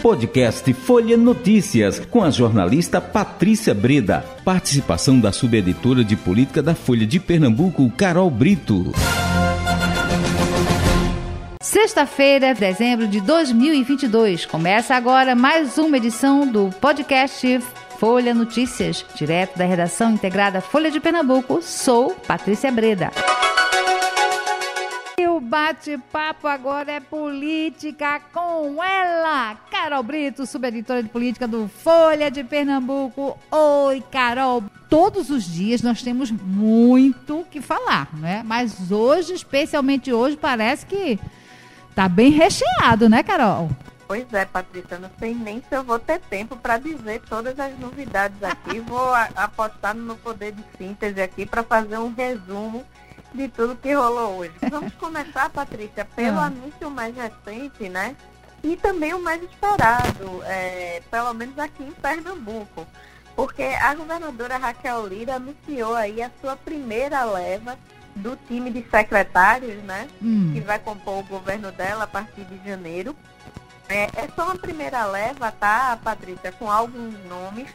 Podcast Folha Notícias, com a jornalista Patrícia Breda. Participação da subeditora de política da Folha de Pernambuco, Carol Brito. Sexta-feira, dezembro de 2022. Começa agora mais uma edição do podcast Folha Notícias, direto da redação integrada Folha de Pernambuco. Sou Patrícia Breda. E o bate-papo agora é política com ela, Carol Brito, subeditora de política do Folha de Pernambuco. Oi, Carol. Todos os dias nós temos muito o que falar, né? Mas hoje, especialmente hoje, parece que tá bem recheado, né, Carol? Pois é, Patrícia, não sei nem se eu vou ter tempo para dizer todas as novidades aqui. Vou apostar no meu poder de síntese aqui para fazer um resumo de tudo que rolou hoje. Vamos começar, Patrícia, pelo anúncio mais recente, né? E também o mais esperado, pelo menos aqui em Pernambuco. Porque a governadora Raquel Lira anunciou aí a sua primeira leva do time de secretários, né? Que vai compor o governo dela a partir de janeiro. É só uma primeira leva, tá, Patrícia, com alguns nomes.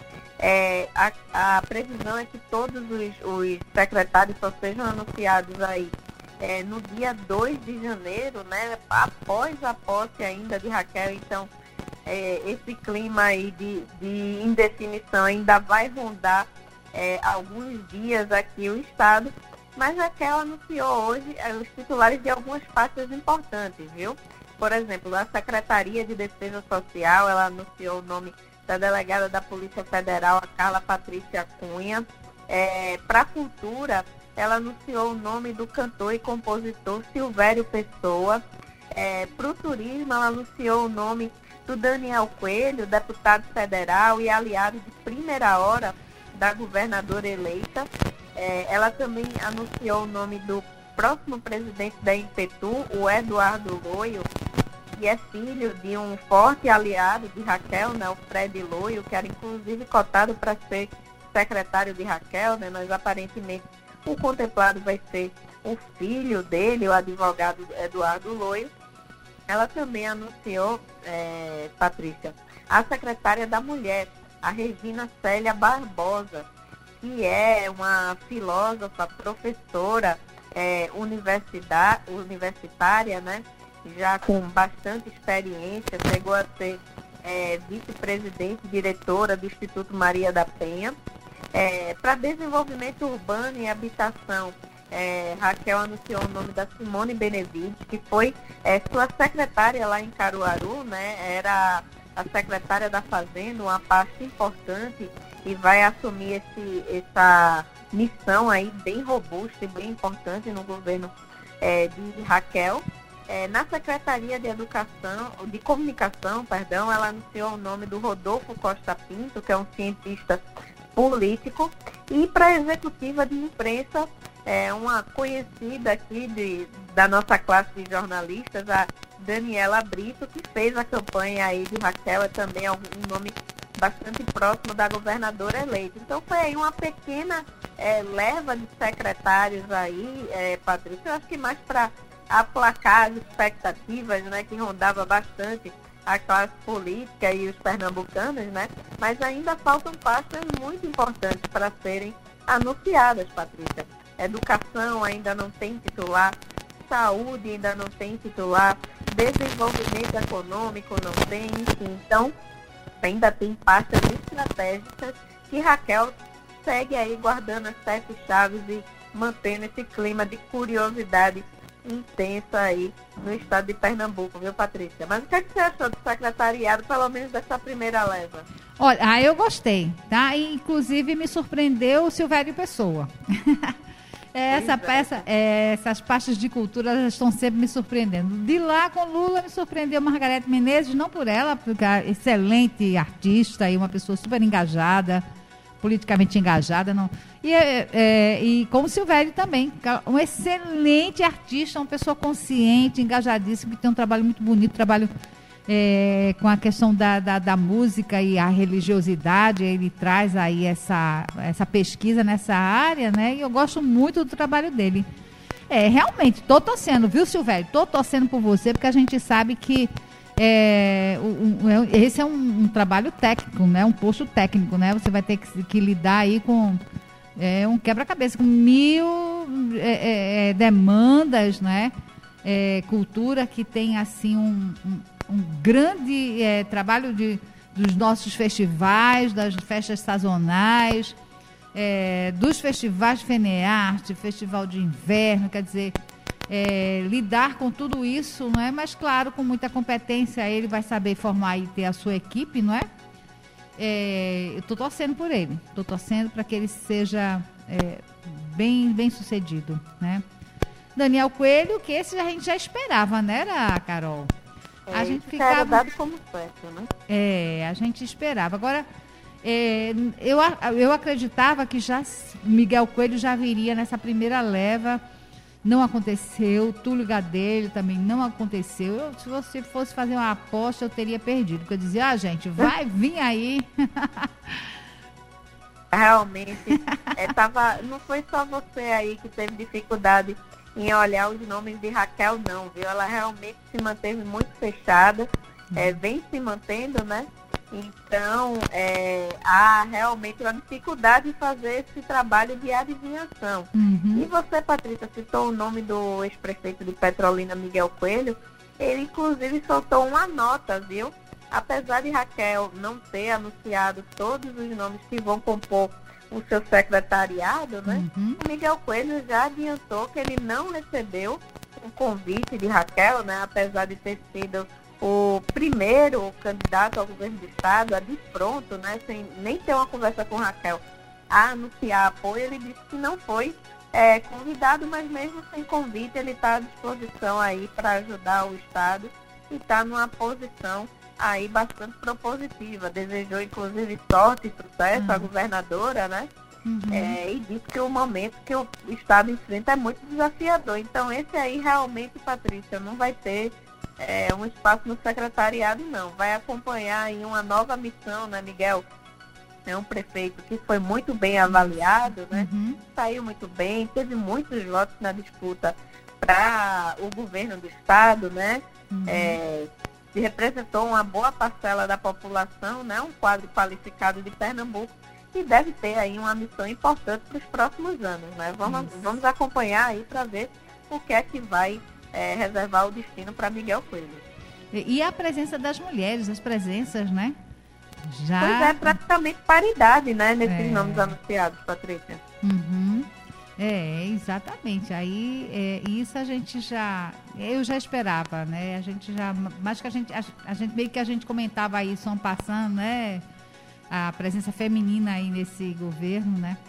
A previsão é que todos os secretários só sejam anunciados aí no dia 2 de janeiro, né? Após a posse ainda de Raquel. Então, esse clima aí de indefinição ainda vai rondar alguns dias aqui o Estado. Mas Raquel anunciou hoje os titulares de algumas pastas importantes, viu? Por exemplo, a Secretaria de Defesa Social, ela anunciou o nome da delegada da Polícia Federal, a Carla Patrícia Cunha. Para a Cultura, ela anunciou o nome do cantor e compositor Silvério Pessoa. Para o Turismo, ela anunciou o nome do Daniel Coelho, deputado federal e aliado de primeira hora da governadora eleita. Ela também anunciou o nome do próximo presidente da Impetu, o Eduardo Loio, que é filho de um forte aliado de Raquel, né, o Fred Loio, que era inclusive cotado para ser secretário de Raquel, né, mas aparentemente o contemplado vai ser o filho dele, o advogado Eduardo Loio. Ela também anunciou, Patrícia, a secretária da Mulher, a Regina Célia Barbosa, que é uma filósofa, professora universitária, né? Já com bastante experiência, chegou a ser vice-presidente, diretora do Instituto Maria da Penha. Para desenvolvimento urbano e habitação, Raquel anunciou o nome da Simone Benevides, que foi sua secretária lá em Caruaru, né? Era a secretária da Fazenda, uma parte importante, e vai assumir essa missão aí bem robusta e bem importante no governo de Raquel. Na Secretaria de Comunicação, ela anunciou o nome do Rodolfo Costa Pinto, que é um cientista político. E para a Executiva de Imprensa, uma conhecida aqui da nossa classe de jornalistas, a Daniela Brito, que fez a campanha aí de Raquel, é também um nome bastante próximo da governadora eleita. Então foi aí uma pequena leva de secretários aí, Patrícia, eu acho que mais para aplacar as expectativas, né, que rondava bastante a classe política e os pernambucanos, né, mas ainda faltam pastas muito importantes para serem anunciadas, Patrícia. Educação ainda não tem titular, saúde ainda não tem titular, desenvolvimento econômico não tem, enfim. Então, ainda tem pastas estratégicas que Raquel segue aí guardando as 7 chaves e mantendo esse clima de curiosidade intensa aí no estado de Pernambuco, viu, Patrícia? Mas o que você achou do secretariado, pelo menos dessa primeira leva? Olha, eu gostei, tá? E, inclusive, me surpreendeu o Silvério Pessoa. Essas pastas de cultura, elas estão sempre me surpreendendo. De lá com Lula me surpreendeu Margarete Menezes, não por ela, porque é excelente artista e uma pessoa super engajada, politicamente engajada. Não. E com o Silvério também, um excelente artista, uma pessoa consciente, engajadíssima, que tem um trabalho muito bonito, trabalho com a questão da música e a religiosidade. Ele traz aí essa pesquisa nessa área, né? E eu gosto muito do trabalho dele. Realmente, estou torcendo, viu, Silvério? Estou torcendo por você, porque a gente sabe que esse é um trabalho técnico, né? Um posto técnico, né? Você vai ter que lidar aí com um quebra-cabeça, com 1000 demandas, né? Cultura que tem, assim, um grande trabalho dos nossos festivais, das festas sazonais, dos festivais de FENEARTE, Festival de Inverno, quer dizer, lidar com tudo isso, não é? Mas, claro, com muita competência, ele vai saber formar e ter a sua equipe, não é? Eu estou torcendo por ele, estou torcendo para que ele seja bem sucedido, né? Daniel Coelho, que esse a gente já esperava, né, Carol? A gente ficava... era dado como certo, né? A gente esperava. Agora, eu acreditava que Miguel Coelho já viria nessa primeira leva. Não aconteceu. Túlio Gadelha também não aconteceu. Se você fosse fazer uma aposta, eu teria perdido. Porque eu dizia, gente, vai vir aí. Realmente, não foi só você aí que teve dificuldade em olhar os nomes de Raquel, não, viu? Ela realmente se manteve muito fechada, vem se mantendo, né? Então, há realmente uma dificuldade em fazer esse trabalho de adivinhação. Uhum. E você, Patrícia, citou o nome do ex-prefeito de Petrolina, Miguel Coelho. Ele, inclusive, soltou uma nota, viu? Apesar de Raquel não ter anunciado todos os nomes que vão compor o seu secretariado, né? Uhum. O Miguel Coelho já adiantou que ele não recebeu um convite de Raquel, né? Apesar de ter sido o primeiro candidato ao governo do estado, de pronto, né? Sem nem ter uma conversa com Raquel, a anunciar apoio. Ele disse que não foi convidado, mas mesmo sem convite, ele está à disposição aí para ajudar o estado e está numa posição aí bastante propositiva. Desejou, inclusive, sorte e sucesso à governadora, né? Uhum. E disse que o momento que o estado enfrenta é muito desafiador. Então, esse aí realmente, Patrícia, não vai ter um espaço no secretariado, não. Vai acompanhar aí uma nova missão, né, Miguel? É um prefeito que foi muito bem avaliado, né? Uhum. Saiu muito bem, teve muitos votos na disputa para o governo do estado, né? Uhum. Se representou uma boa parcela da população, né? Um quadro qualificado de Pernambuco, e deve ter aí uma missão importante para os próximos anos, né? Vamos acompanhar aí para ver o que é que vai reservar o destino para Miguel Coelho. E a presença das mulheres, as presenças, né? Já... Pois é, praticamente paridade, né? Nesses nomes anunciados, Patrícia. Uhum. Exatamente. Aí isso eu já esperava, né? A gente já, mais que a gente meio que a gente comentava isso ano passando, né? A presença feminina aí nesse governo, né?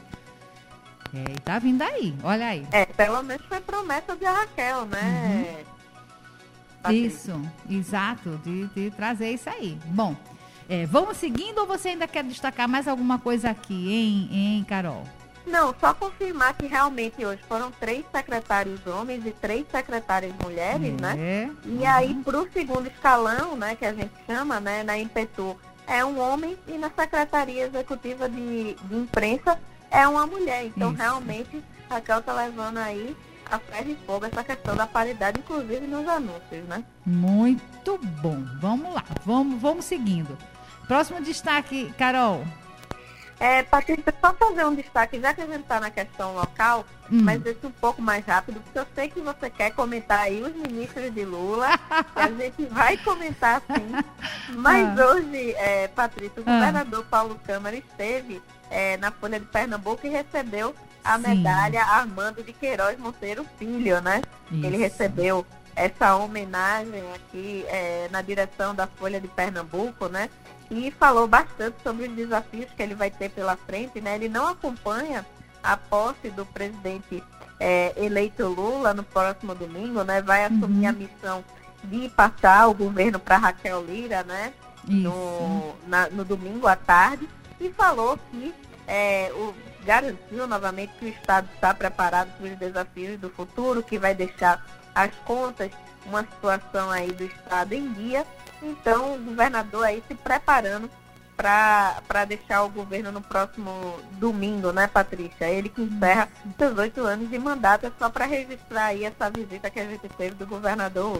E tá vindo aí, olha aí. Pelo menos foi promessa de Raquel, né? Uhum. Isso, exato, de trazer isso aí. Bom, vamos seguindo ou você ainda quer destacar mais alguma coisa aqui, hein, Carol? Não, só confirmar que realmente hoje foram 3 secretários homens e 3 secretárias mulheres, né? E aí, para o segundo escalão, né, que a gente chama, né, na Impetu, é um homem, e na Secretaria Executiva de Imprensa é uma mulher. Então, realmente, a Raquel está levando aí a ferro e fogo essa questão da paridade, inclusive nos anúncios, né? Muito bom. Vamos lá, vamos seguindo. Próximo destaque, Carol. Patrícia, só fazer um destaque, já que a gente está na questão local, mas esse um pouco mais rápido, porque eu sei que você quer comentar aí os ministros de Lula, que a gente vai comentar sim. Mas hoje, Patrícia, o governador Paulo Câmara esteve na Folha de Pernambuco e recebeu a medalha Armando de Queiroz Monteiro Filho, né? Isso. Ele recebeu essa homenagem aqui na direção da Folha de Pernambuco, né? E falou bastante sobre os desafios que ele vai ter pela frente, né? Ele não acompanha a posse do presidente eleito Lula no próximo domingo, né? Vai assumir a missão de passar o governo para Raquel Lira, né? No domingo à tarde, e falou que garantiu novamente que o Estado está preparado para os desafios do futuro, que vai deixar as contas, uma situação aí do Estado em dia. Então, o governador aí se preparando para deixar o governo no próximo domingo, né, Patrícia? Ele que encerra seus 8 anos de mandato. É só para registrar aí essa visita que a gente teve do governador hoje.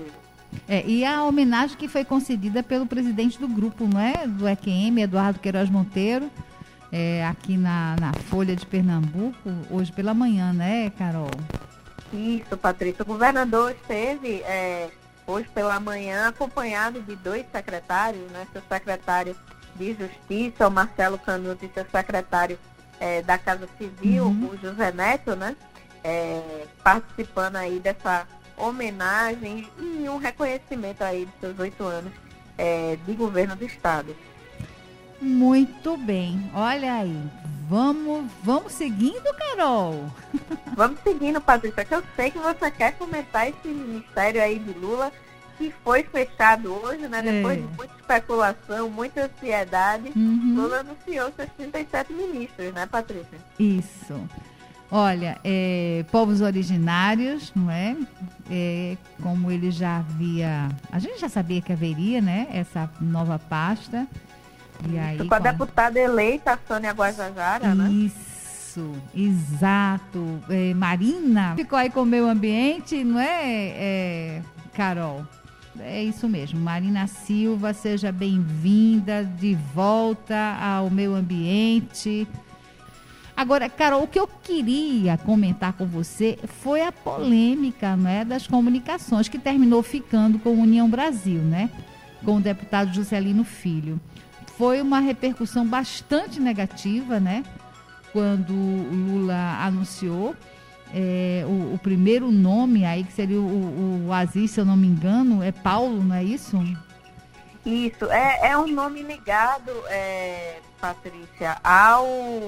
E a homenagem que foi concedida pelo presidente do grupo, não é? Do EQM, Eduardo Queiroz Monteiro, aqui na Folha de Pernambuco, hoje pela manhã, né, Carol? Isso, Patrícia. O governador esteve hoje pela manhã acompanhado de 2 secretários, né? Seu secretário de Justiça, o Marcelo Canuto, e seu secretário da Casa Civil, o José Neto, né? Participando aí dessa homenagem e um reconhecimento aí dos seus 8 anos de governo do Estado. Muito bem. Olha aí. Vamos seguindo, Carol? Vamos seguindo, Patrícia, que eu sei que você quer comentar esse ministério aí de Lula, que foi fechado hoje, né? Depois de muita especulação, muita ansiedade, Lula anunciou seus 37 ministros, né, Patrícia? Isso. Olha, povos originários, não é? Como ele já havia... A gente já sabia que haveria, né? Essa nova pasta. E aí, com a deputada eleita, a Sônia Guajajara, né? Isso, exato. Marina ficou aí com o meio ambiente, não é, Carol? É isso mesmo. Marina Silva, seja bem-vinda de volta ao meio ambiente. Agora, Carol, o que eu queria comentar com você foi a polêmica, né, das comunicações, que terminou ficando com a União Brasil, né? Com o deputado Juscelino Filho. Foi uma repercussão bastante negativa, né? Quando o Lula anunciou o primeiro nome aí, que seria o Aziz, se eu não me engano, é Paulo, não é isso? Isso, é um nome ligado, Patrícia, ao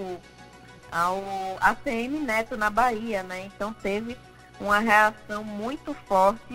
ACM Neto na Bahia, né? Então teve uma reação muito forte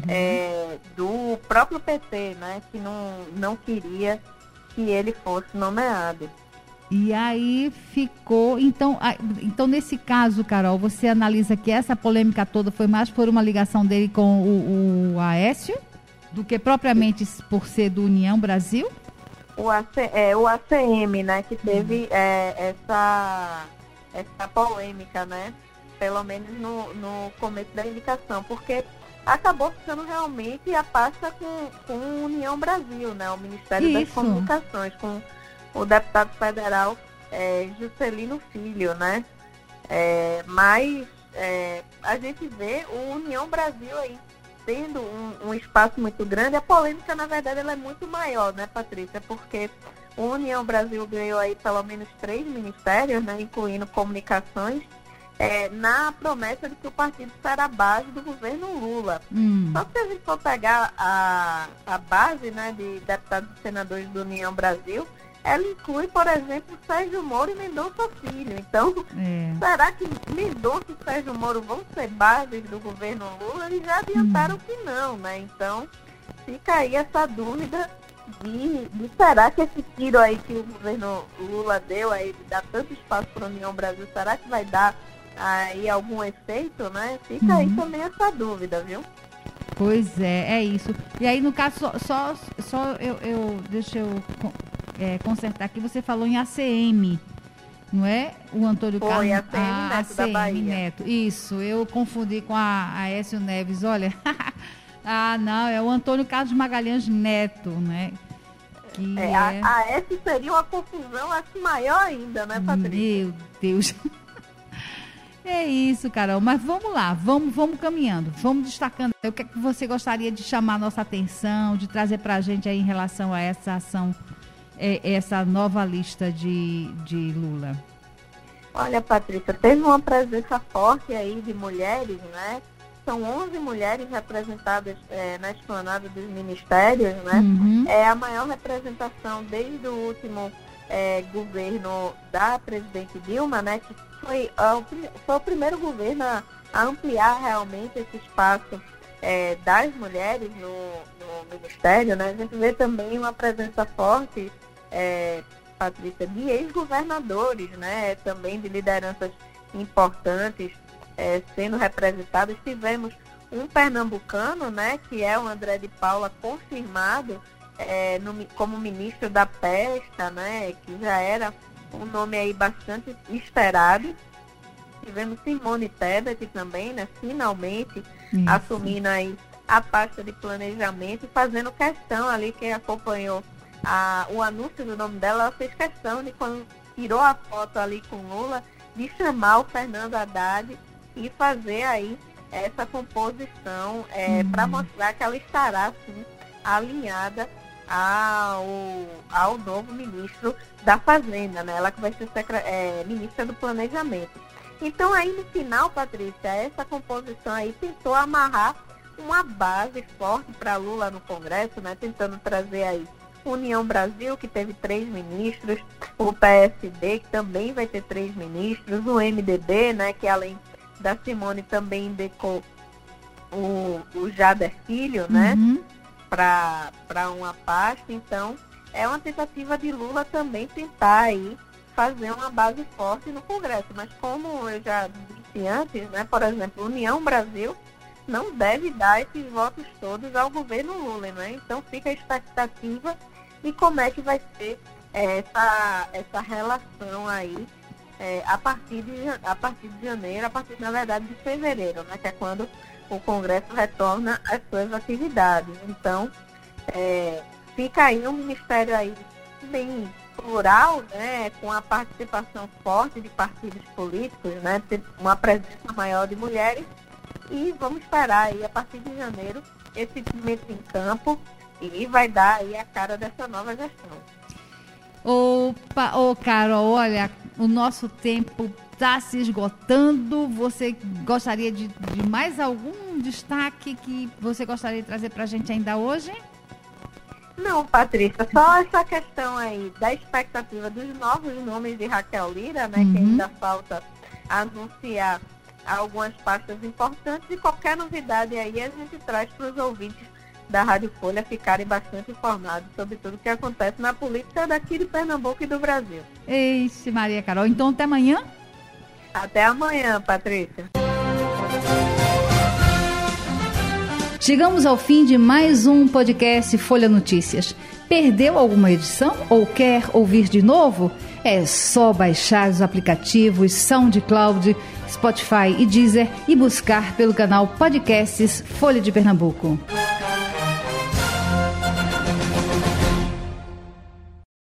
do próprio PT, né? Que não queria que ele fosse nomeado. E aí ficou... Então, nesse caso, Carol, você analisa que essa polêmica toda foi mais por uma ligação dele com o Aécio, do que propriamente por ser do União Brasil? O ACM, né, que teve essa polêmica, né, pelo menos no começo da indicação, porque acabou ficando realmente a pasta com o União Brasil, né, o Ministério das Comunicações, com o deputado federal Juscelino Filho, né, mas a gente vê o União Brasil aí tendo um espaço muito grande. A polêmica, na verdade, ela é muito maior, né, Patrícia, porque o União Brasil ganhou aí pelo menos 3 ministérios, né, incluindo comunicações, na promessa de que o partido será a base do governo Lula. Só que se a gente for pegar a base, né, de deputados e senadores do União Brasil, ela inclui, por exemplo, Sérgio Moro e Mendonça Filho. Então, será que Mendonça e Sérgio Moro vão ser bases do governo Lula? Eles já adiantaram que não, né? Então, fica aí essa dúvida de será que esse tiro aí que o governo Lula deu aí, de dar tanto espaço para a União Brasil, será que vai dar aí algum efeito, né? Fica aí também essa dúvida, viu? Pois é isso. E aí, no caso, deixa eu consertar aqui, você falou em ACM, não é? O Antônio Carlos ACM Neto da Bahia. Neto. Isso, eu confundi com a Aécio Neves, olha. Não, é o Antônio Carlos Magalhães Neto, né? A Aécio seria uma confusão, acho, maior ainda, né, Patrícia? Meu Deus. É isso, Carol, mas vamos lá, vamos caminhando, vamos destacando. O que é que você gostaria de chamar a nossa atenção, de trazer para a gente aí em relação a essa ação, essa nova lista de Lula? Olha, Patrícia, teve uma presença forte aí de mulheres, né? São 11 mulheres representadas na esplanada dos ministérios, né? É a maior representação desde o último governo da presidente Dilma, né? Que foi o primeiro governo a ampliar realmente esse espaço das mulheres no ministério, né? A gente vê também uma presença forte, Patrícia, de ex-governadores, né? Também de lideranças importantes sendo representadas. Tivemos um pernambucano, né? Que é o André de Paula, confirmado como ministro da Pesca, né? Que já era um nome aí bastante esperado. Tivemos Simone Tebet também, né? Finalmente assumindo aí a pasta de planejamento, fazendo questão ali, quem acompanhou o anúncio do nome dela, ela fez questão de, quando tirou a foto ali com Lula, de chamar o Fernando Haddad e fazer aí essa composição para mostrar que ela estará, sim, alinhada ao novo ministro da Fazenda, né? Ela que vai ser ministra do Planejamento. Então, aí no final, Patrícia, essa composição aí tentou amarrar uma base forte para Lula no Congresso, né? Tentando trazer aí União Brasil, que teve 3 ministros, o PSD, que também vai ter 3 ministros, o MDB, né? Que além da Simone também indicou o Jader Filho, né? Para uma pasta. Então, é uma tentativa de Lula também tentar aí fazer uma base forte no Congresso. Mas como eu já disse antes, né, por exemplo, União Brasil não deve dar esses votos todos ao governo Lula, né? Então fica a expectativa de como é que vai ser essa relação aí a partir de janeiro, a partir, na verdade, de fevereiro, né, que é quando o Congresso retorna às suas atividades. Então, fica aí um ministério aí bem plural, né, com a participação forte de partidos políticos, né, uma presença maior de mulheres, e vamos esperar aí, a partir de janeiro, esse time em campo, e vai dar aí a cara dessa nova gestão. Carol, olha, o nosso tempo está se esgotando. Você gostaria de mais algum destaque que você gostaria de trazer para a gente ainda hoje? Não, Patrícia, só essa questão aí da expectativa dos novos nomes de Raquel Lira, né, que ainda falta anunciar algumas pastas importantes, e qualquer novidade aí a gente traz para os ouvintes da Rádio Folha ficarem bastante informados sobre tudo que acontece na política daqui de Pernambuco e do Brasil. Eixe, Maria Carol. Então, até amanhã? Até amanhã, Patrícia. Chegamos ao fim de mais um podcast Folha Notícias. Perdeu alguma edição ou quer ouvir de novo? É só baixar os aplicativos SoundCloud, Spotify e Deezer e buscar pelo canal Podcasts Folha de Pernambuco.